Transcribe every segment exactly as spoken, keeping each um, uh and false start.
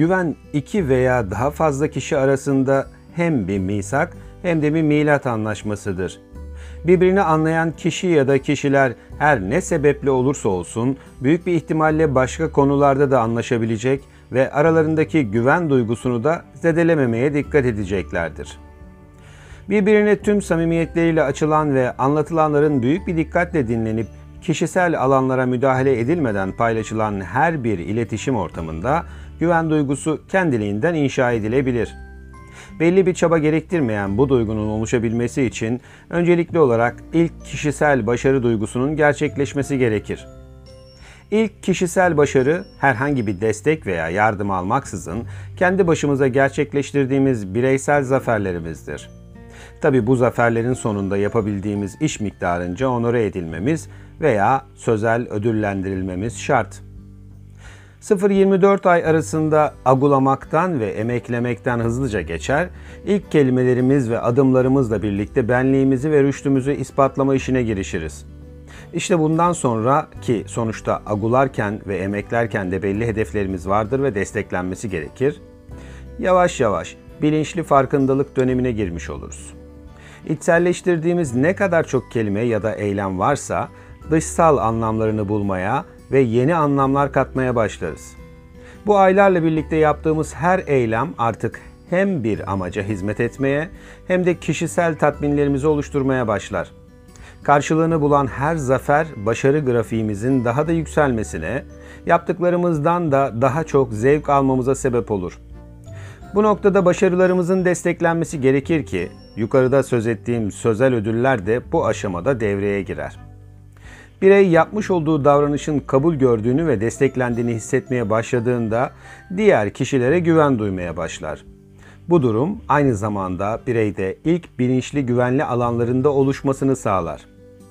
güven iki veya daha fazla kişi arasında hem bir misak hem de bir milat anlaşmasıdır. Birbirini anlayan kişi ya da kişiler her ne sebeple olursa olsun büyük bir ihtimalle başka konularda da anlaşabilecek ve aralarındaki güven duygusunu da zedelememeye dikkat edeceklerdir. Birbirine tüm samimiyetleriyle açılan ve anlatılanların büyük bir dikkatle dinlenip kişisel alanlara müdahale edilmeden paylaşılan her bir iletişim ortamında güven duygusu kendiliğinden inşa edilebilir. Belli bir çaba gerektirmeyen bu duygunun oluşabilmesi için öncelikli olarak ilk kişisel başarı duygusunun gerçekleşmesi gerekir. İlk kişisel başarı herhangi bir destek veya yardım almaksızın kendi başımıza gerçekleştirdiğimiz bireysel zaferlerimizdir. Tabi bu zaferlerin sonunda yapabildiğimiz iş miktarınca onore edilmemiz veya sözel ödüllendirilmemiz şart. sıfır yirmi dört ay arasında agulamaktan ve emeklemekten hızlıca geçer, ilk kelimelerimiz ve adımlarımızla birlikte benliğimizi ve rüştümüzü ispatlama işine girişiriz. İşte bundan sonra ki sonuçta agularken ve emeklerken de belli hedeflerimiz vardır ve desteklenmesi gerekir, yavaş yavaş bilinçli farkındalık dönemine girmiş oluruz. İçselleştirdiğimiz ne kadar çok kelime ya da eylem varsa dışsal anlamlarını bulmaya ve yeni anlamlar katmaya başlarız. Bu aylarla birlikte yaptığımız her eylem artık hem bir amaca hizmet etmeye hem de kişisel tatminlerimizi oluşturmaya başlar. Karşılığını bulan her zafer başarı grafiğimizin daha da yükselmesine, yaptıklarımızdan da daha çok zevk almamıza sebep olur. Bu noktada başarılarımızın desteklenmesi gerekir ki yukarıda söz ettiğim sözel ödüller de bu aşamada devreye girer. Birey yapmış olduğu davranışın kabul gördüğünü ve desteklendiğini hissetmeye başladığında diğer kişilere güven duymaya başlar. Bu durum aynı zamanda bireyde ilk bilinçli güvenli alanlarında oluşmasını sağlar.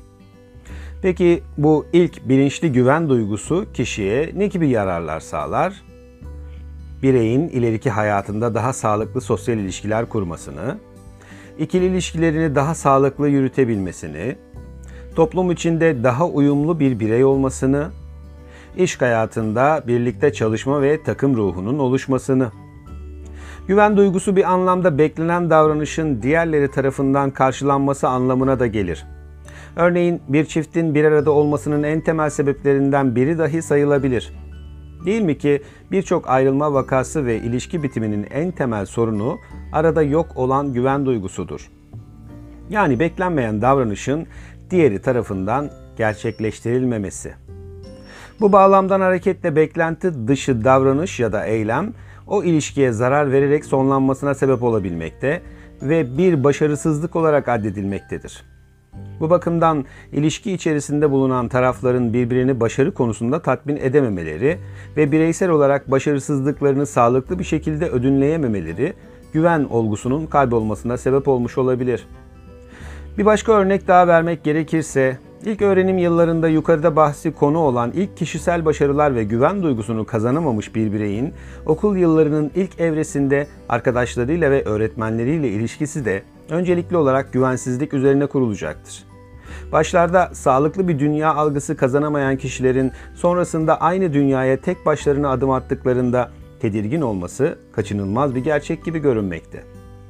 Peki bu ilk bilinçli güven duygusu kişiye ne gibi yararlar sağlar? Bireyin ileriki hayatında daha sağlıklı sosyal ilişkiler kurmasını, ikili ilişkilerini daha sağlıklı yürütebilmesini, toplum içinde daha uyumlu bir birey olmasını, iş hayatında birlikte çalışma ve takım ruhunun oluşmasını. Güven duygusu bir anlamda beklenen davranışın diğerleri tarafından karşılanması anlamına da gelir. Örneğin bir çiftin bir arada olmasının en temel sebeplerinden biri dahi sayılabilir. Değil mi ki birçok ayrılma vakası ve ilişki bitiminin en temel sorunu arada yok olan güven duygusudur. Yani beklenmeyen davranışın diğeri tarafından gerçekleştirilmemesi. Bu bağlamdan hareketle beklenti dışı davranış ya da eylem o ilişkiye zarar vererek sonlanmasına sebep olabilmekte ve bir başarısızlık olarak addedilmektedir. Bu bakımdan ilişki içerisinde bulunan tarafların birbirini başarı konusunda tatmin edememeleri ve bireysel olarak başarısızlıklarını sağlıklı bir şekilde ödünleyememeleri güven olgusunun kaybolmasına sebep olmuş olabilir. Bir başka örnek daha vermek gerekirse, ilk öğrenim yıllarında yukarıda bahsi konu olan ilk kişisel başarılar ve güven duygusunu kazanamamış bir bireyin okul yıllarının ilk evresinde arkadaşlarıyla ve öğretmenleriyle ilişkisi de öncelikli olarak güvensizlik üzerine kurulacaktır. Başlarda sağlıklı bir dünya algısı kazanamayan kişilerin sonrasında aynı dünyaya tek başlarına adım attıklarında tedirgin olması kaçınılmaz bir gerçek gibi görünmekte.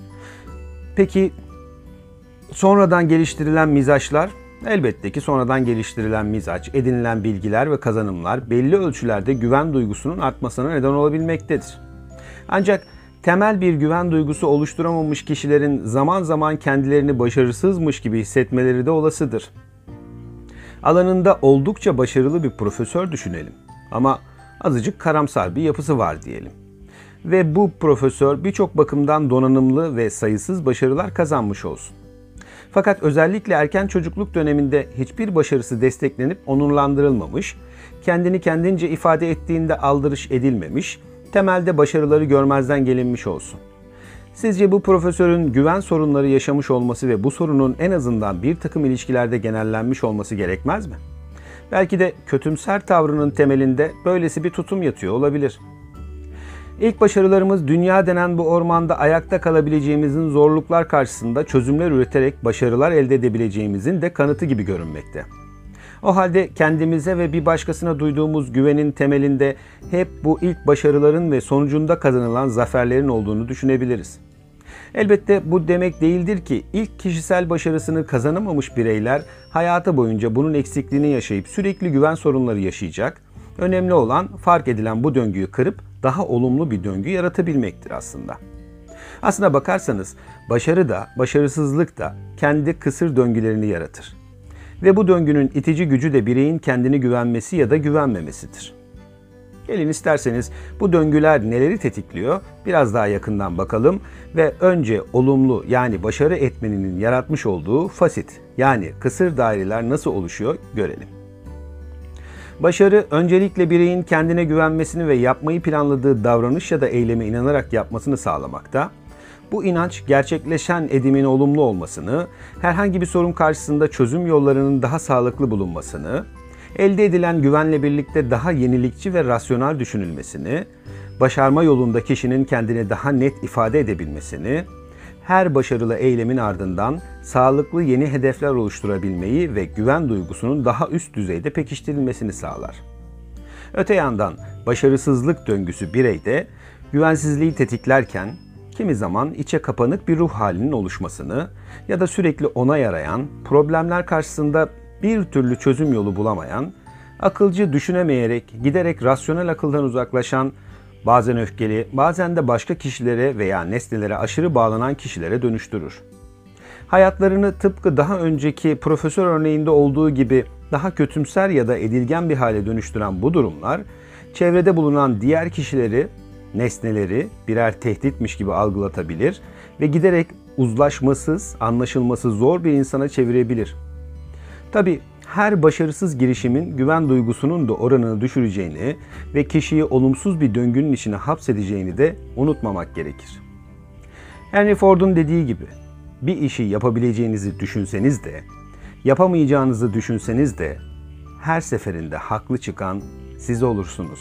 Peki sonradan geliştirilen mizaçlar? Elbette ki sonradan geliştirilen mizaç, edinilen bilgiler ve kazanımlar belli ölçülerde güven duygusunun artmasına neden olabilmektedir. Ancak temel bir güven duygusu oluşturamamış kişilerin zaman zaman kendilerini başarısızmış gibi hissetmeleri de olasıdır. Alanında oldukça başarılı bir profesör düşünelim ama azıcık karamsar bir yapısı var diyelim. Ve bu profesör birçok bakımdan donanımlı ve sayısız başarılar kazanmış olsun. Fakat özellikle erken çocukluk döneminde hiçbir başarısı desteklenip onurlandırılmamış, kendini kendince ifade ettiğinde aldırış edilmemiş, temelde başarıları görmezden gelinmiş olsun. Sizce bu profesörün güven sorunları yaşamış olması ve bu sorunun en azından bir takım ilişkilerde genellenmiş olması gerekmez mi? Belki de kötümser tavrının temelinde böylesi bir tutum yatıyor olabilir. İlk başarılarımız dünya denen bu ormanda ayakta kalabileceğimizin zorluklar karşısında çözümler üreterek başarılar elde edebileceğimizin de kanıtı gibi görünmekte. O halde kendimize ve bir başkasına duyduğumuz güvenin temelinde hep bu ilk başarıların ve sonucunda kazanılan zaferlerin olduğunu düşünebiliriz. Elbette bu demek değildir ki ilk kişisel başarısını kazanamamış bireyler hayatı boyunca bunun eksikliğini yaşayıp sürekli güven sorunları yaşayacak. Önemli olan fark edilen bu döngüyü kırıp daha olumlu bir döngü yaratabilmektir aslında. Aslına bakarsanız başarı da başarısızlık da kendi kısır döngülerini yaratır. Ve bu döngünün itici gücü de bireyin kendini güvenmesi ya da güvenmemesidir. Gelin isterseniz bu döngüler neleri tetikliyor biraz daha yakından bakalım ve önce olumlu yani başarı etmeninin yaratmış olduğu fasit yani kısır daireler nasıl oluşuyor görelim. Başarı öncelikle bireyin kendine güvenmesini ve yapmayı planladığı davranış ya da eyleme inanarak yapmasını sağlamakta. Bu inanç gerçekleşen edimin olumlu olmasını, herhangi bir sorun karşısında çözüm yollarının daha sağlıklı bulunmasını, elde edilen güvenle birlikte daha yenilikçi ve rasyonel düşünülmesini, başarma yolunda kişinin kendini daha net ifade edebilmesini, her başarılı eylemin ardından sağlıklı yeni hedefler oluşturabilmeyi ve güven duygusunun daha üst düzeyde pekiştirilmesini sağlar. Öte yandan başarısızlık döngüsü bireyde güvensizliği tetiklerken kimi zaman içe kapanık bir ruh halinin oluşmasını ya da sürekli ona yarayan, problemler karşısında bir türlü çözüm yolu bulamayan, akılcı düşünemeyerek giderek rasyonel akıldan uzaklaşan, bazen öfkeli, bazen de başka kişilere veya nesnelere aşırı bağlanan kişilere dönüştürür. Hayatlarını tıpkı daha önceki profesör örneğinde olduğu gibi daha kötümser ya da edilgen bir hale dönüştüren bu durumlar, çevrede bulunan diğer kişileri, nesneleri birer tehditmiş gibi algılatabilir ve giderek uzlaşmasız, anlaşılması zor bir insana çevirebilir. Tabii her başarısız girişimin güven duygusunun da oranını düşüreceğini ve kişiyi olumsuz bir döngünün içine hapsedeceğini de unutmamak gerekir. Henry Ford'un dediği gibi, bir işi yapabileceğinizi düşünseniz de, yapamayacağınızı düşünseniz de, her seferinde haklı çıkan siz olursunuz.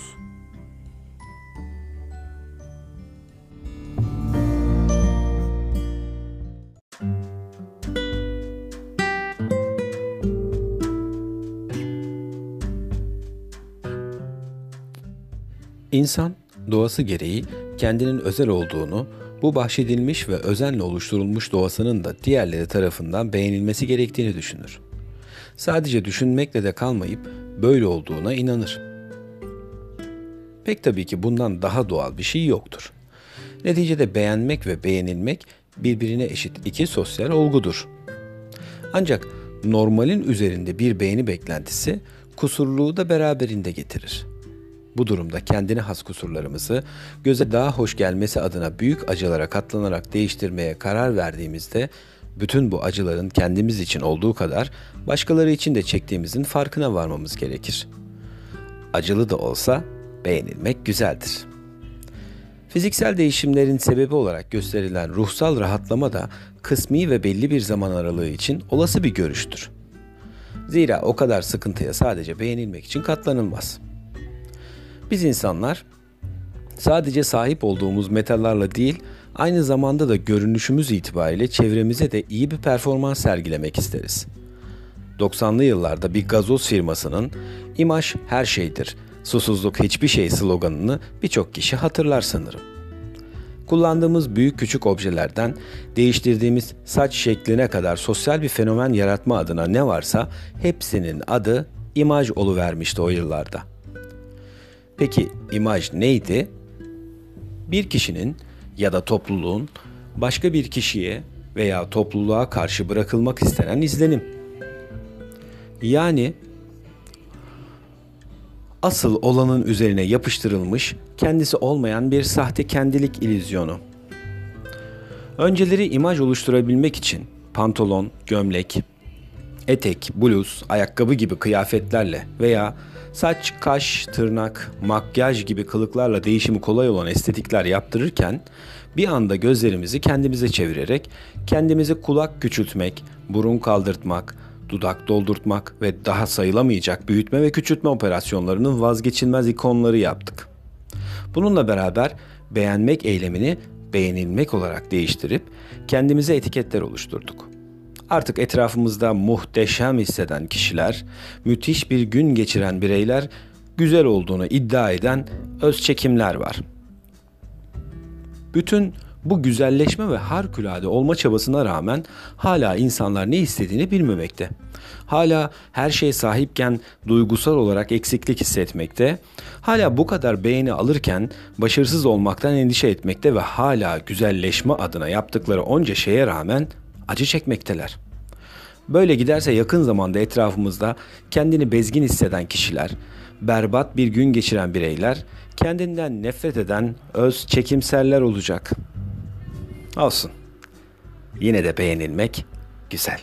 İnsan doğası gereği kendinin özel olduğunu, bu bahşedilmiş ve özenle oluşturulmuş doğasının da diğerleri tarafından beğenilmesi gerektiğini düşünür. Sadece düşünmekle de kalmayıp böyle olduğuna inanır. Pek tabii ki bundan daha doğal bir şey yoktur. Neticede beğenmek ve beğenilmek birbirine eşit iki sosyal olgudur. Ancak normalin üzerinde bir beğeni beklentisi kusurluğu da beraberinde getirir. Bu durumda kendine has kusurlarımızı göze daha hoş gelmesi adına büyük acılara katlanarak değiştirmeye karar verdiğimizde bütün bu acıların kendimiz için olduğu kadar başkaları için de çektiğimizin farkına varmamız gerekir. Acılı da olsa beğenilmek güzeldir. Fiziksel değişimlerin sebebi olarak gösterilen ruhsal rahatlama da kısmi ve belli bir zaman aralığı için olası bir görüştür. Zira o kadar sıkıntıya sadece beğenilmek için katlanılmaz. Biz insanlar sadece sahip olduğumuz metallarla değil, aynı zamanda da görünüşümüz itibariyle çevremize de iyi bir performans sergilemek isteriz. doksanlı yıllarda bir gazoz firmasının "İmaj her şeydir, susuzluk hiçbir şey" sloganını birçok kişi hatırlar sanırım. Kullandığımız büyük küçük objelerden değiştirdiğimiz saç şekline kadar sosyal bir fenomen yaratma adına ne varsa hepsinin adı imaj oluvermişti o yıllarda. Peki imaj neydi? Bir kişinin ya da topluluğun başka bir kişiye veya topluluğa karşı bırakılmak istenen izlenim. Yani asıl olanın üzerine yapıştırılmış, kendisi olmayan bir sahte kendilik illüzyonu. Önceleri imaj oluşturabilmek için pantolon, gömlek, etek, bluz, ayakkabı gibi kıyafetlerle veya saç, kaş, tırnak, makyaj gibi kılıklarla değişimi kolay olan estetikler yaptırırken bir anda gözlerimizi kendimize çevirerek kendimizi kulak küçültmek, burun kaldırtmak, dudak doldurtmak ve daha sayılamayacak büyütme ve küçültme operasyonlarının vazgeçilmez ikonları yaptık. Bununla beraber beğenmek eylemini beğenilmek olarak değiştirip kendimize etiketler oluşturduk. Artık etrafımızda muhteşem hisseden kişiler, müthiş bir gün geçiren bireyler, güzel olduğunu iddia eden öz çekimler var. Bütün bu güzelleşme ve harikulade olma çabasına rağmen hala insanlar ne istediğini bilmemekte. Hala her şeye sahipken duygusal olarak eksiklik hissetmekte, hala bu kadar beğeni alırken başarısız olmaktan endişe etmekte ve hala güzelleşme adına yaptıkları onca şeye rağmen acı çekmekteler. Böyle giderse yakın zamanda etrafımızda kendini bezgin hisseden kişiler, berbat bir gün geçiren bireyler, kendinden nefret eden öz çekimserler olacak. Olsun. Yine de beğenilmek güzel.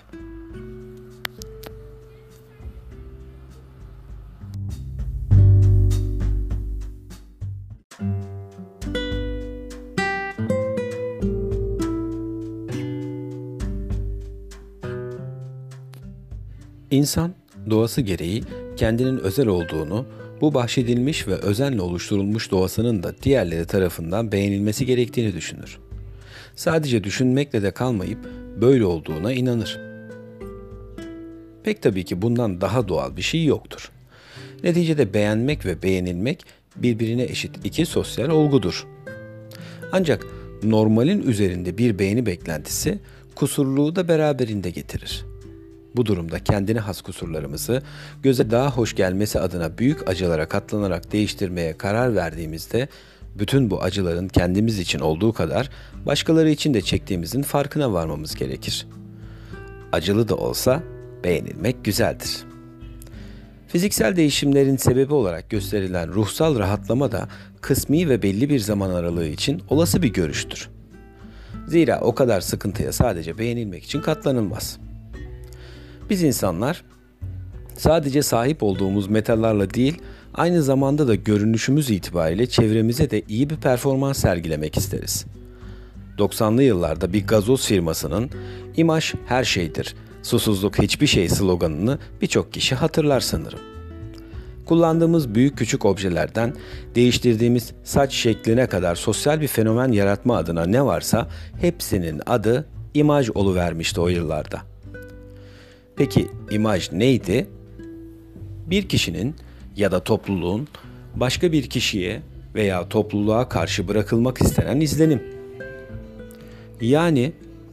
İnsan doğası gereği kendinin özel olduğunu, bu bahşedilmiş ve özenle oluşturulmuş doğasının da diğerleri tarafından beğenilmesi gerektiğini düşünür. Sadece düşünmekle de kalmayıp böyle olduğuna inanır. Pek tabii ki bundan daha doğal bir şey yoktur. Neticede beğenmek ve beğenilmek birbirine eşit iki sosyal olgudur. Ancak normalin üzerinde bir beğeni beklentisi kusurluğu da beraberinde getirir. Bu durumda kendine has kusurlarımızı göze daha hoş gelmesi adına büyük acılara katlanarak değiştirmeye karar verdiğimizde bütün bu acıların kendimiz için olduğu kadar başkaları için de çektiğimizin farkına varmamız gerekir. Acılı da olsa beğenilmek güzeldir. Fiziksel değişimlerin sebebi olarak gösterilen ruhsal rahatlama da kısmi ve belli bir zaman aralığı için olası bir görüştür. Zira o kadar sıkıntıya sadece beğenilmek için katlanılmaz. Biz insanlar sadece sahip olduğumuz metallarla değil, aynı zamanda da görünüşümüz itibariyle çevremize de iyi bir performans sergilemek isteriz. doksanlı yıllarda bir gazoz firmasının "İmaj her şeydir, susuzluk hiçbir şey" sloganını birçok kişi hatırlar sanırım. Kullandığımız büyük küçük objelerden değiştirdiğimiz saç şekline kadar sosyal bir fenomen yaratma adına ne varsa hepsinin adı imaj oluvermişti o yıllarda. Peki imaj neydi? Bir kişinin ya da topluluğun başka bir kişiye veya topluluğa karşı bırakılmak istenen izlenim. Yani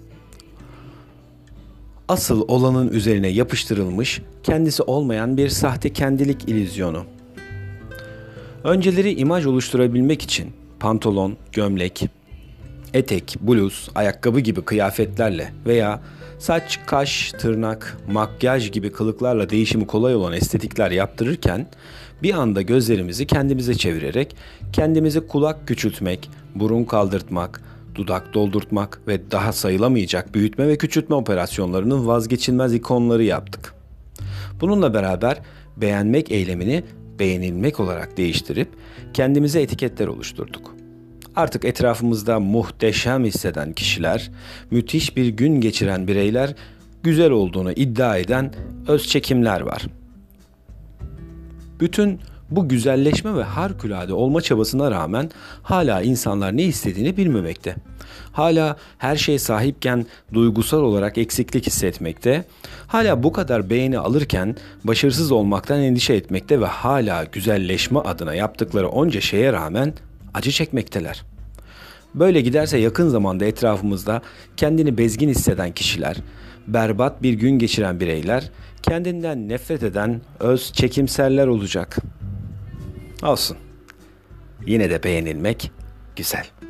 asıl olanın üzerine yapıştırılmış, kendisi olmayan bir sahte kendilik illüzyonu. Önceleri imaj oluşturabilmek için pantolon, gömlek, etek, bluz, ayakkabı gibi kıyafetlerle veya saç, kaş, tırnak, makyaj gibi kılıklarla değişimi kolay olan estetikler yaptırırken bir anda gözlerimizi kendimize çevirerek kendimizi kulak küçültmek, burun kaldırtmak, dudak doldurtmak ve daha sayılamayacak büyütme ve küçültme operasyonlarının vazgeçilmez ikonları yaptık. Bununla beraber beğenmek eylemini beğenilmek olarak değiştirip kendimize etiketler oluşturduk. Artık etrafımızda muhteşem hisseden kişiler, müthiş bir gün geçiren bireyler, güzel olduğunu iddia eden öz çekimler var. Bütün bu güzelleşme ve harikulade olma çabasına rağmen hala insanlar ne istediğini bilmemekte. Hala her şeye sahipken duygusal olarak eksiklik hissetmekte, hala bu kadar beğeni alırken başarısız olmaktan endişe etmekte ve hala güzelleşme adına yaptıkları onca şeye rağmen acı çekmekteler. Böyle giderse yakın zamanda etrafımızda kendini bezgin hisseden kişiler, berbat bir gün geçiren bireyler, kendinden nefret eden öz çekimserler olacak. Olsun. Yine de beğenilmek güzel.